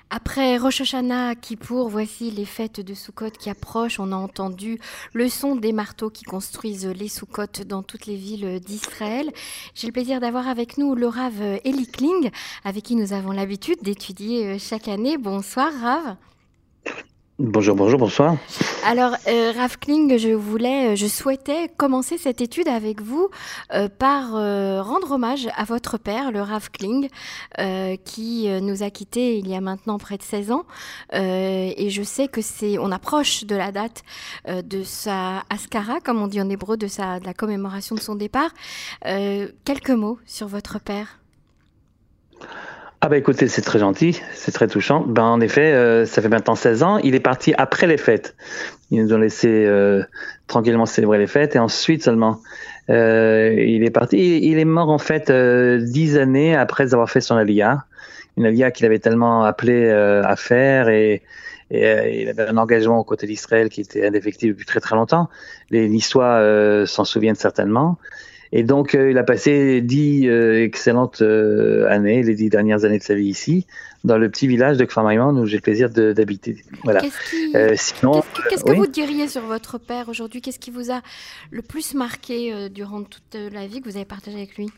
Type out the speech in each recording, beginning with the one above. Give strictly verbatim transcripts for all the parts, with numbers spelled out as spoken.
Après Rosh Hashanah, Kippour, voici les fêtes de Soukhot qui approchent. On a entendu le son des marteaux qui construisent les Soukhot dans toutes les villes d'Israël. J'ai le plaisir d'avoir avec nous le Rav Eli Kling, avec qui nous avons l'habitude d'étudier chaque année. Bonsoir Rav. Bonjour, bonjour, bonsoir. Alors, euh, Rav Kling, je voulais, je souhaitais commencer cette étude avec vous euh, par euh, rendre hommage à votre père, le Rav Kling, euh, qui nous a quittés il y a maintenant près de seize ans. Euh, et je sais que c'est, on approche de la date euh, de sa askara, comme on dit en hébreu, de sa, de la commémoration de son départ. Euh, quelques mots sur votre père. Ah bah écoutez, c'est très gentil, c'est très touchant. Ben en effet, euh, ça fait maintenant seize ans. Il est parti après les fêtes. Ils nous ont laissé euh, tranquillement célébrer les fêtes et ensuite seulement euh, il est parti. Il est mort en fait euh, dix années après avoir fait son aliyah, une aliyah qu'il avait tellement appelé euh, à faire et, et euh, il avait un engagement aux côtés d'Israël qui était indéfectible depuis très très longtemps. Les Niçois euh, s'en souviennent certainement. Et donc, euh, il a passé dix euh, excellentes euh, années, les dix dernières années de sa vie ici, dans le petit village de Kfar Maïman où j'ai le plaisir de, d'habiter. Voilà. Qu'est-ce, qui, euh, sinon, qu'est-ce, qu'est-ce que oui. vous diriez sur votre père aujourd'hui ? Qu'est-ce qui vous a le plus marqué euh, durant toute la vie que vous avez partagée avec lui ?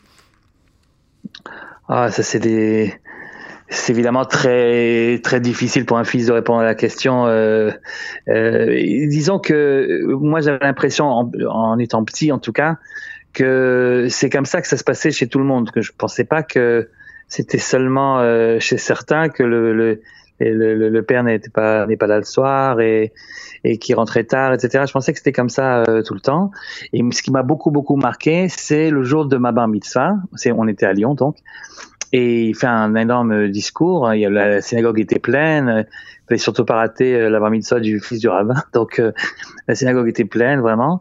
Ah, ça c'est des... C'est évidemment très très difficile pour un fils de répondre à la question. Euh, euh, disons que moi j'avais l'impression, en, en étant petit en tout cas, que c'est comme ça que ça se passait chez tout le monde, que je pensais pas que c'était seulement euh, chez certains que le, le, le, le père n'était pas, n'est pas là le soir et, et qui rentrait tard, et cetera. Je pensais que c'était comme ça euh, tout le temps. Et ce qui m'a beaucoup, beaucoup marqué, c'est le jour de ma bar mitzvah. C'est, on était à Lyon, donc. Et il fait un énorme discours. Il y a, la synagogue était pleine. Il fallait surtout pas rater la bar mitzvah du fils du rabbin. Donc, euh, la synagogue était pleine, vraiment.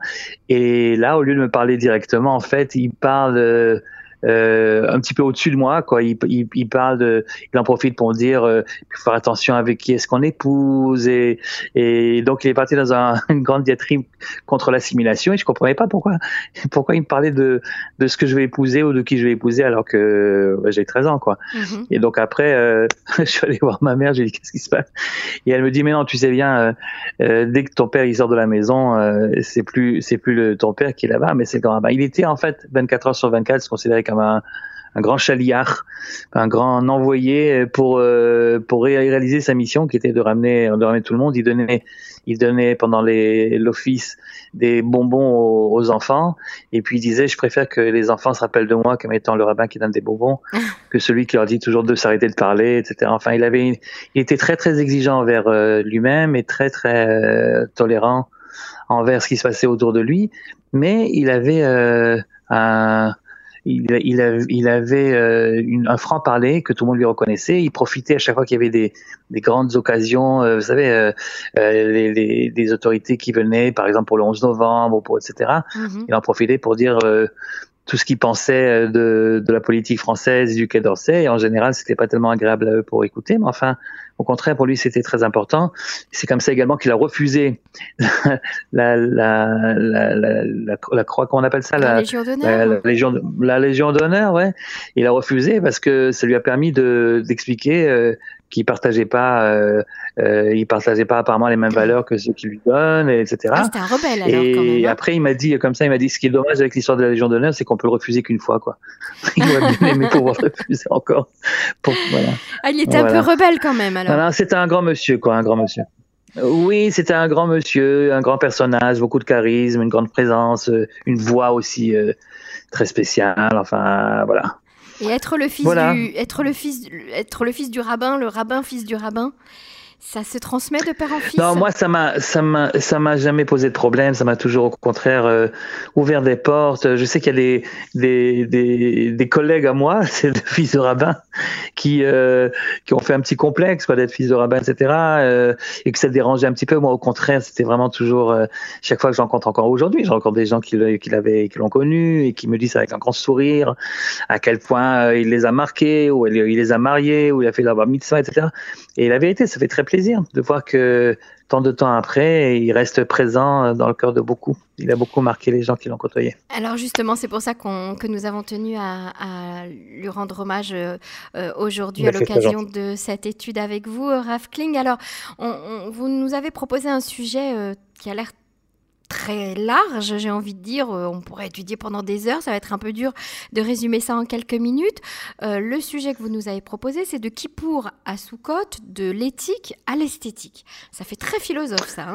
Et là, au lieu de me parler directement, en fait, il parle euh, euh, un petit peu au-dessus de moi, quoi. Il, il, il parle de, il en profite pour me dire, euh, il faut faire attention avec qui est-ce qu'on épouse. Et, et donc, il est parti dans un, une grande diatribe contre l'assimilation. Et je comprenais pas pourquoi, pourquoi il me parlait de, de ce que je vais épouser ou de qui je vais épouser alors que bah, j'ai treize ans, quoi. Mm-hmm. Et donc après, euh, je suis allé voir ma mère, j'ai dit qu'est-ce qui se passe? Et elle me dit mais non, tu sais bien, euh, euh, dès que ton père il sort de la maison, euh, c'est plus c'est plus le, ton père qui est là-bas, mais c'est le grand rabbin. Il était en fait vingt-quatre heures sur vingt-quatre, c'est considéré comme un un grand chaliar, un grand envoyé pour euh, pour réaliser sa mission qui était de ramener de ramener tout le monde. Il donnait il donnait pendant les l'office des bonbons aux, aux enfants et puis il disait je préfère que les enfants se rappellent de moi comme étant le rabbin qui donne des bonbons que celui qui leur dit toujours de s'arrêter de parler, et cetera. Enfin, il avait il était très très exigeant envers euh, lui-même et très très euh, tolérant envers ce qui se passait autour de lui, mais il avait euh, un Il, il, avait, il avait euh, une, un franc-parler que tout le monde lui reconnaissait. Il profitait à chaque fois qu'il y avait des, des grandes occasions, euh, vous savez, euh, euh, les, les, des autorités qui venaient, par exemple pour le onze novembre, pour, et cetera. Mm-hmm. Il en profitait pour dire euh, tout ce qu'il pensait de, de la politique française, du Quai d'Orsay. Et en général, c'était pas tellement agréable à eux pour écouter, mais enfin, au contraire, pour lui, c'était très important. C'est comme ça également qu'il a refusé la, la, la, la, la, la, la croix, comment on appelle ça, la, la Légion d'honneur. La, la, Légion, la Légion d'honneur, ouais. Il a refusé parce que ça lui a permis de, d'expliquer euh, qu'il partageait pas, euh, euh, il partageait pas apparemment les mêmes valeurs que ceux qui lui donnent, et cetera. Ah, c'était un rebelle alors et quand même. Hein. Après, il m'a dit comme ça, il m'a dit ce qui est dommage avec l'histoire de la Légion d'honneur, c'est qu'on peut le refuser qu'une fois, quoi. Il aurait bien aimé pouvoir le refuser encore. Pour, voilà. Ah, il était voilà. un peu rebelle quand même alors. Voilà, c'était un grand monsieur, quoi, un grand monsieur. Oui, c'était un grand monsieur, un grand personnage, beaucoup de charisme, une grande présence, une voix aussi euh, très spéciale. Enfin, voilà. Et être le fils voilà. du, être le fils, être le fils du rabbin, le rabbin fils du rabbin, ça se transmet de père en fils. Non, moi ça m'a, ça m'a, ça m'a jamais posé de problème. Ça m'a toujours au contraire euh, ouvert des portes. Je sais qu'il y a des des des, des collègues à moi, c'est le fils de rabbin, qui euh, qui ont fait un petit complexe quoi d'être fils de rabbin, et cetera. Euh, et que ça dérangeait un petit peu. Moi, au contraire, c'était vraiment toujours euh, chaque fois que je rencontre encore aujourd'hui, je rencontre des gens qui qui l'avaient, qui l'ont connu et qui me disent avec un grand sourire à quel point euh, il les a marqués, ou il, il les a mariés, ou il a fait leur bar mitzvah, et cetera. Et la vérité, ça fait très plaisir de voir que tant de temps après, il reste présent dans le cœur de beaucoup. Il a beaucoup marqué les gens qui l'ont côtoyé. Alors justement, c'est pour ça qu'on, que nous avons tenu à, à lui rendre hommage euh, aujourd'hui à l'occasion de cette étude avec vous, Rav Kling. Alors, on, on, vous nous avez proposé un sujet euh, qui a l'air très large, j'ai envie de dire. On pourrait étudier pendant des heures, ça va être un peu dur de résumer ça en quelques minutes. Euh, le sujet que vous nous avez proposé, c'est de Kippour à Soukhot, de l'éthique à l'esthétique. Ça fait très philosophe, ça, hein ?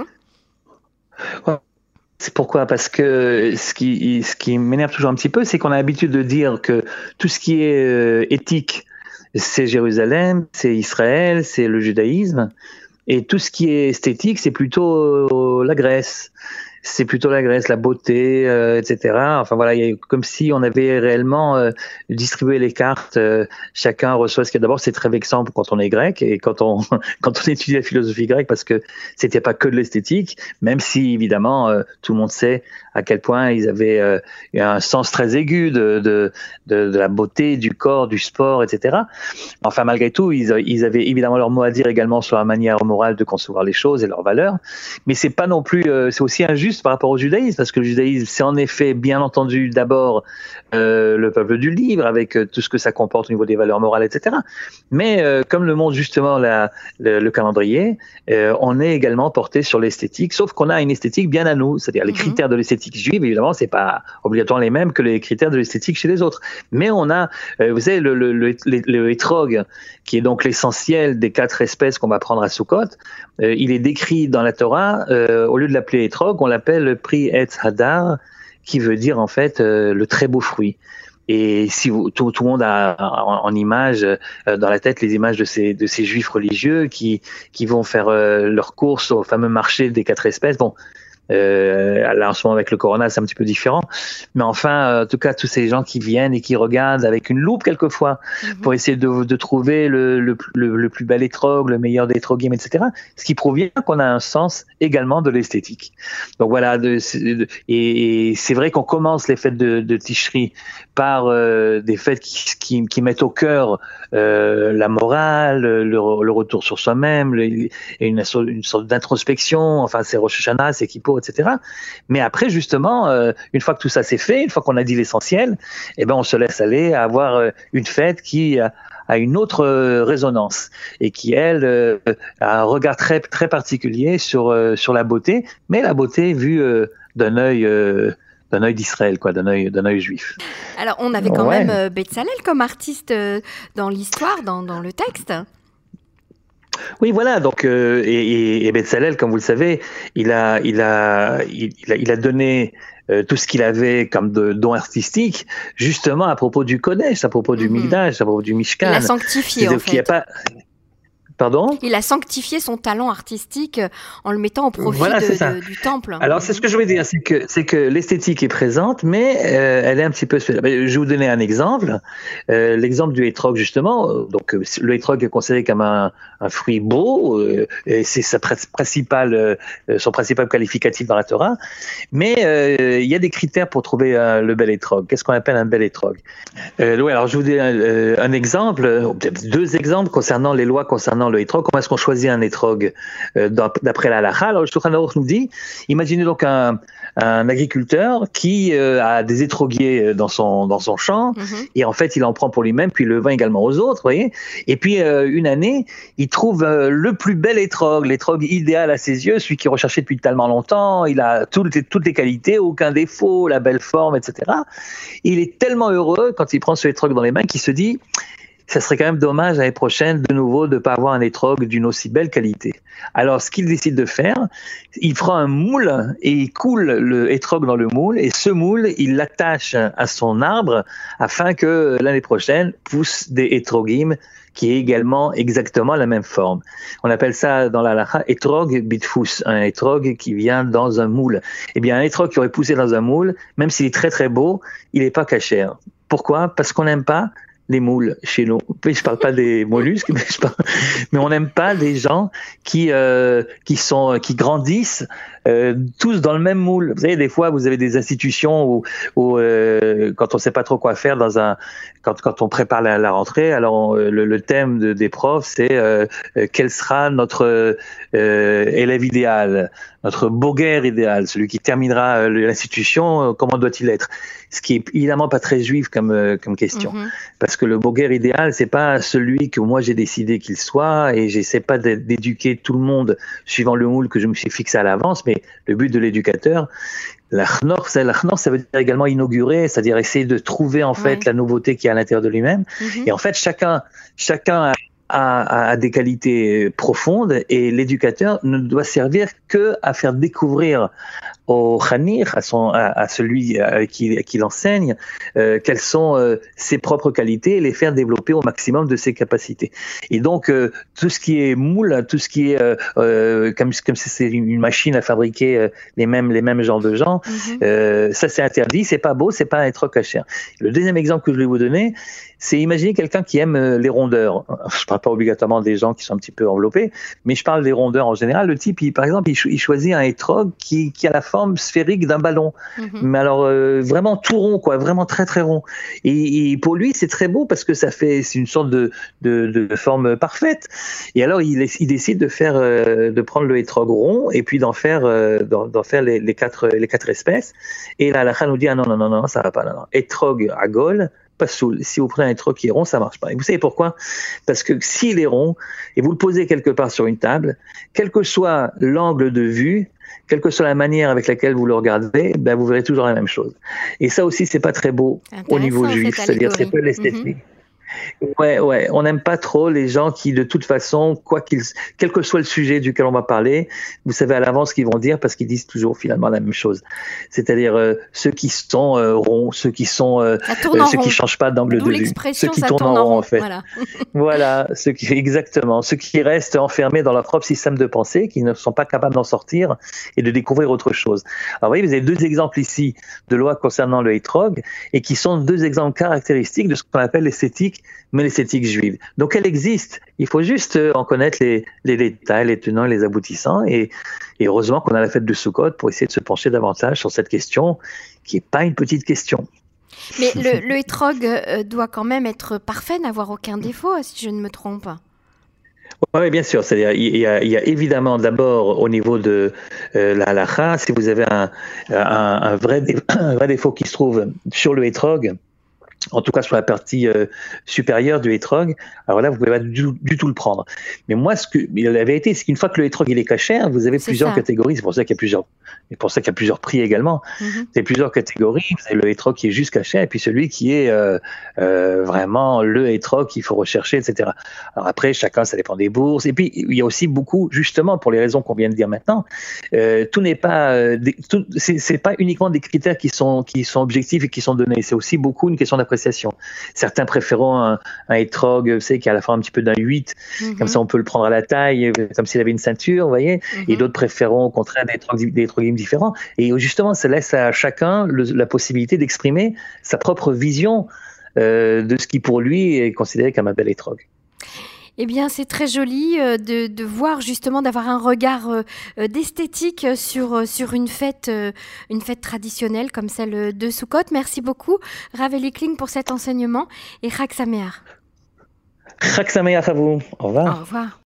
Ouais. C'est pourquoi ? Parce que ce qui, ce qui m'énerve toujours un petit peu, c'est qu'on a l'habitude de dire que tout ce qui est euh, éthique, c'est Jérusalem, c'est Israël, c'est le judaïsme, et tout ce qui est esthétique, c'est plutôt euh, la Grèce. C'est plutôt la Grèce, la beauté, euh, et cetera. Enfin voilà, il y a comme si on avait réellement euh, distribué les cartes. Euh, chacun reçoit ce qu'il y a. D'abord, c'est très vexant quand on est grec et quand on quand on étudie la philosophie grecque, parce que c'était pas que de l'esthétique, même si évidemment euh, tout le monde sait à quel point ils avaient euh, un sens très aigu de, de de de la beauté, du corps, du sport, et cetera. Enfin malgré tout, ils ils avaient évidemment leur mot à dire également sur la manière morale de concevoir les choses et leurs valeurs. Mais c'est pas non plus, euh, c'est aussi injuste par rapport au judaïsme, parce que le judaïsme, c'est en effet, bien entendu, d'abord euh, le peuple du livre, avec euh, tout ce que ça comporte au niveau des valeurs morales, et cetera. Mais euh, comme le montre justement la, le, le calendrier, euh, on est également porté sur l'esthétique, sauf qu'on a une esthétique bien à nous, c'est-à-dire les mm-hmm. critères de l'esthétique juive, évidemment, c'est pas obligatoirement les mêmes que les critères de l'esthétique chez les autres. Mais on a, euh, vous savez, le, le, le, le, le hétrog, qui est donc l'essentiel des quatre espèces qu'on va prendre à Soukhot, euh, il est décrit dans la Torah, euh, au lieu de l'appeler hétrog, on l'appelle le prix Etz Hadar, qui veut dire en fait euh, le très beau fruit. Et si vous, tout, tout le monde a en, en image euh, dans la tête les images de ces de ces juifs religieux qui qui vont faire euh, leurs courses au fameux marché des quatre espèces. Bon. Euh, là en ce moment avec le corona c'est un petit peu différent, mais enfin euh, en tout cas tous ces gens qui viennent et qui regardent avec une loupe quelquefois mm-hmm. pour essayer de, de trouver le, le, le, le plus bel étrog, le meilleur des étrogim, et cetera. Ce qui prouve bien qu'on a un sens également de l'esthétique. Donc voilà, de, de, et, et c'est vrai qu'on commence les fêtes de, de Tishri par euh, des fêtes qui, qui, qui mettent au cœur euh, la morale, le, le retour sur soi-même, le, et une, une sorte d'introspection. Enfin c'est Rosh Hashanah, c'est Kippour, et cetera. Mais après, justement, euh, une fois que tout ça c'est fait, une fois qu'on a dit l'essentiel, eh ben, on se laisse aller à avoir euh, une fête qui a, a une autre euh, résonance et qui, elle, euh, a un regard très, très particulier sur, euh, sur la beauté, mais la beauté vue euh, d'un œil... Euh, d'un œil d'Israël, quoi, d'un œil, d'un œil juif. Alors, on avait quand ouais. même euh, Betzalel comme artiste euh, dans l'histoire, dans, dans le texte. Oui, voilà. Donc, euh, et, et Betzalel, comme vous le savez, il a, il a, il, il a, il a donné euh, tout ce qu'il avait comme de dons artistiques, justement à propos du Kodesh, à propos du mm-hmm. Mikdash, à propos du Mishkan. Il a sanctifié, en fait. Il y a pas... Pardon ? Il a sanctifié son talent artistique en le mettant au profit voilà, de, de, du temple. Alors, c'est ce que je voulais dire, c'est que, c'est que l'esthétique est présente, mais euh, elle est un petit peu spéciale. Je vais vous donner un exemple. Euh, l'exemple du hétrog, justement. Donc, le hétrog est considéré comme un, un fruit beau, euh, et c'est sa principale, euh, son principal qualificatif dans la Torah. Mais euh, il y a des critères pour trouver euh, le bel hétrog. Qu'est-ce qu'on appelle un bel hétrog ? euh, oui, alors, je vous donne un, un exemple, deux exemples concernant les lois concernant le hétrog. Comment est-ce qu'on choisit un hétrog euh, d'après la halakha ? Alors le Shulchan Aruch nous dit, imaginez donc un, un agriculteur qui euh, a des hétroguiers dans son dans son champ mm-hmm. et en fait il en prend pour lui-même puis il le vend également aux autres, voyez. Et puis euh, une année il trouve euh, le plus bel hétrog, l'hétrog idéal à ses yeux, celui qu'il recherchait depuis tellement longtemps. Il a toutes les, toutes les qualités, aucun défaut, la belle forme, et cetera. Il est tellement heureux quand il prend ce hétrog dans les mains qu'il se dit, ça serait quand même dommage l'année prochaine, de nouveau, de ne pas avoir un hétrog d'une aussi belle qualité. Alors, ce qu'il décide de faire, il prend un moule et il coule le hétrog dans le moule, et ce moule, il l'attache à son arbre afin que l'année prochaine poussent des hétrogim qui est également exactement la même forme. On appelle ça dans la halakha hétrog bitfus, un hétrog qui vient dans un moule. Eh bien, un hétrog qui aurait poussé dans un moule, même s'il est très très beau, il n'est pas cachère. Pourquoi ? Parce qu'on n'aime pas les moules chez nous. Je parle pas des mollusques, mais, je parle... mais on n'aime pas des gens qui euh, qui sont qui grandissent euh, tous dans le même moule. Vous savez, des fois, vous avez des institutions où, où euh, quand on sait pas trop quoi faire dans un, quand, quand on prépare la, la rentrée, alors on, le, le thème de, des profs, c'est euh, quel sera notre euh, élève idéal, notre boguer idéal, celui qui terminera l'institution, comment doit-il être? Ce qui est évidemment pas très juif comme, comme question. Mm-hmm. Parce que le boguer idéal, c'est pas celui que moi j'ai décidé qu'il soit, et j'essaie pas d'éduquer tout le monde suivant le moule que je me suis fixé à l'avance, mais le but de l'éducateur, l'Achnor, ça, ça veut dire également inaugurer, c'est-à-dire essayer de trouver en fait ouais. la nouveauté qui est à l'intérieur de lui-même. Mm-hmm. Et en fait, chacun, chacun a A, a des qualités profondes, et l'éducateur ne doit servir que à faire découvrir au khanir, à, son, à, à celui à qui, à qui l'enseigne, euh, quelles sont euh, ses propres qualités, et les faire développer au maximum de ses capacités. Et donc, euh, tout ce qui est moule, tout ce qui est euh, euh, comme, comme si c'est une machine à fabriquer euh, les mêmes les mêmes genres de gens, mm-hmm. euh, ça c'est interdit, c'est pas beau, c'est pas être caché. Le deuxième exemple que je vais vous donner, c'est imaginer quelqu'un qui aime les rondeurs. Je parle pas obligatoirement des gens qui sont un petit peu enveloppés, mais je parle des rondeurs en général. Le type, il, par exemple, il, il choisit un hétrog qui, qui a la forme sphérique d'un ballon. Mm-hmm. Mais alors, euh, vraiment tout rond, quoi, vraiment très très rond. Et, et pour lui, c'est très beau parce que ça fait, c'est une sorte de, de, de forme parfaite. Et alors, il, il décide de faire, euh, de prendre le hétrog rond et puis d'en faire, euh, d'en, d'en faire les, les quatre, les quatre espèces. Et la halakha nous dit, ah non, non, non, non, ça va pas, non, non. Hétrog à Gaulle, pas soul. Si vous prenez un hétrog qui est rond, ça marche pas. Et vous savez pourquoi? Parce que s'il est rond et vous le posez quelque part sur une table, quel que soit l'angle de vue, quelle que soit la manière avec laquelle vous le regardez, ben vous verrez toujours la même chose. Et ça aussi, c'est pas très beau au niveau juif, c'est-à-dire c'est peu l'esthétique. Mm-hmm. Ouais, ouais, on n'aime pas trop les gens qui, de toute façon, quoi qu'ils, quel que soit le sujet duquel on va parler, vous savez à l'avance ce qu'ils vont dire parce qu'ils disent toujours finalement la même chose. C'est-à-dire euh, ceux qui sont euh, ronds, ceux qui sont, euh, euh, ceux qui changent pas d'angle de vue, ceux qui tournent en rond en fait. Voilà, voilà, ceux qui exactement, ceux qui restent enfermés dans leur propre système de pensée, qui ne sont pas capables d'en sortir et de découvrir autre chose. Alors vous voyez, vous avez deux exemples ici de lois concernant le hétrog et qui sont deux exemples caractéristiques de ce qu'on appelle l'esthétique, mais l'esthétique juive. Donc elle existe, il faut juste en connaître les, les détails, les tenants et les aboutissants, et, et heureusement qu'on a la fête de Sukkot pour essayer de se pencher davantage sur cette question, qui n'est pas une petite question. Mais le, le hétrog euh, doit quand même être parfait, n'avoir aucun défaut, si je ne me trompe. Oui, bien sûr. C'est-à-dire, il y a, il y a évidemment d'abord au niveau de euh, la halakha, si vous avez un, un, un, vrai dé, un vrai défaut qui se trouve sur le hétrog, en tout cas sur la partie euh, supérieure du hétrog, alors là, vous pouvez pas du, du tout le prendre. Mais moi, ce que, la vérité, c'est qu'une fois que le hétrog il est cachère, vous avez c'est plusieurs ça. catégories. C'est pour ça qu'il y a plusieurs, c'est pour ça qu'il y a plusieurs prix également. Mm-hmm. Vous avez plusieurs catégories. Vous avez le hétrog qui est juste caché, et puis celui qui est euh, euh, vraiment le hétrog qu'il faut rechercher, et cetera. Alors après, chacun, ça dépend des bourses. Et puis, il y a aussi beaucoup, justement, pour les raisons qu'on vient de dire maintenant, euh, tout n'est pas, euh, des, tout, c'est, c'est pas uniquement des critères qui sont, qui sont objectifs et qui sont donnés. C'est aussi beaucoup une question d'appréciation. Certains préférant un, un hétrog, vous savez, qui a la forme un petit peu d'un huit, mm-hmm. comme ça on peut le prendre à la taille, comme s'il avait une ceinture, vous voyez, mm-hmm. et d'autres préférant au contraire des hétroglyphes différents. Et justement, ça laisse à chacun le, la possibilité d'exprimer sa propre vision euh, de ce qui pour lui est considéré comme un bel hétrog. Eh bien, c'est très joli euh, de, de voir justement, d'avoir un regard euh, d'esthétique sur, sur une fête, euh, une fête traditionnelle comme celle de Sukkot. Merci beaucoup, Rav Eli Kling, pour cet enseignement, et Chag Sameach. Chag Sameach à vous. Au revoir. Au revoir.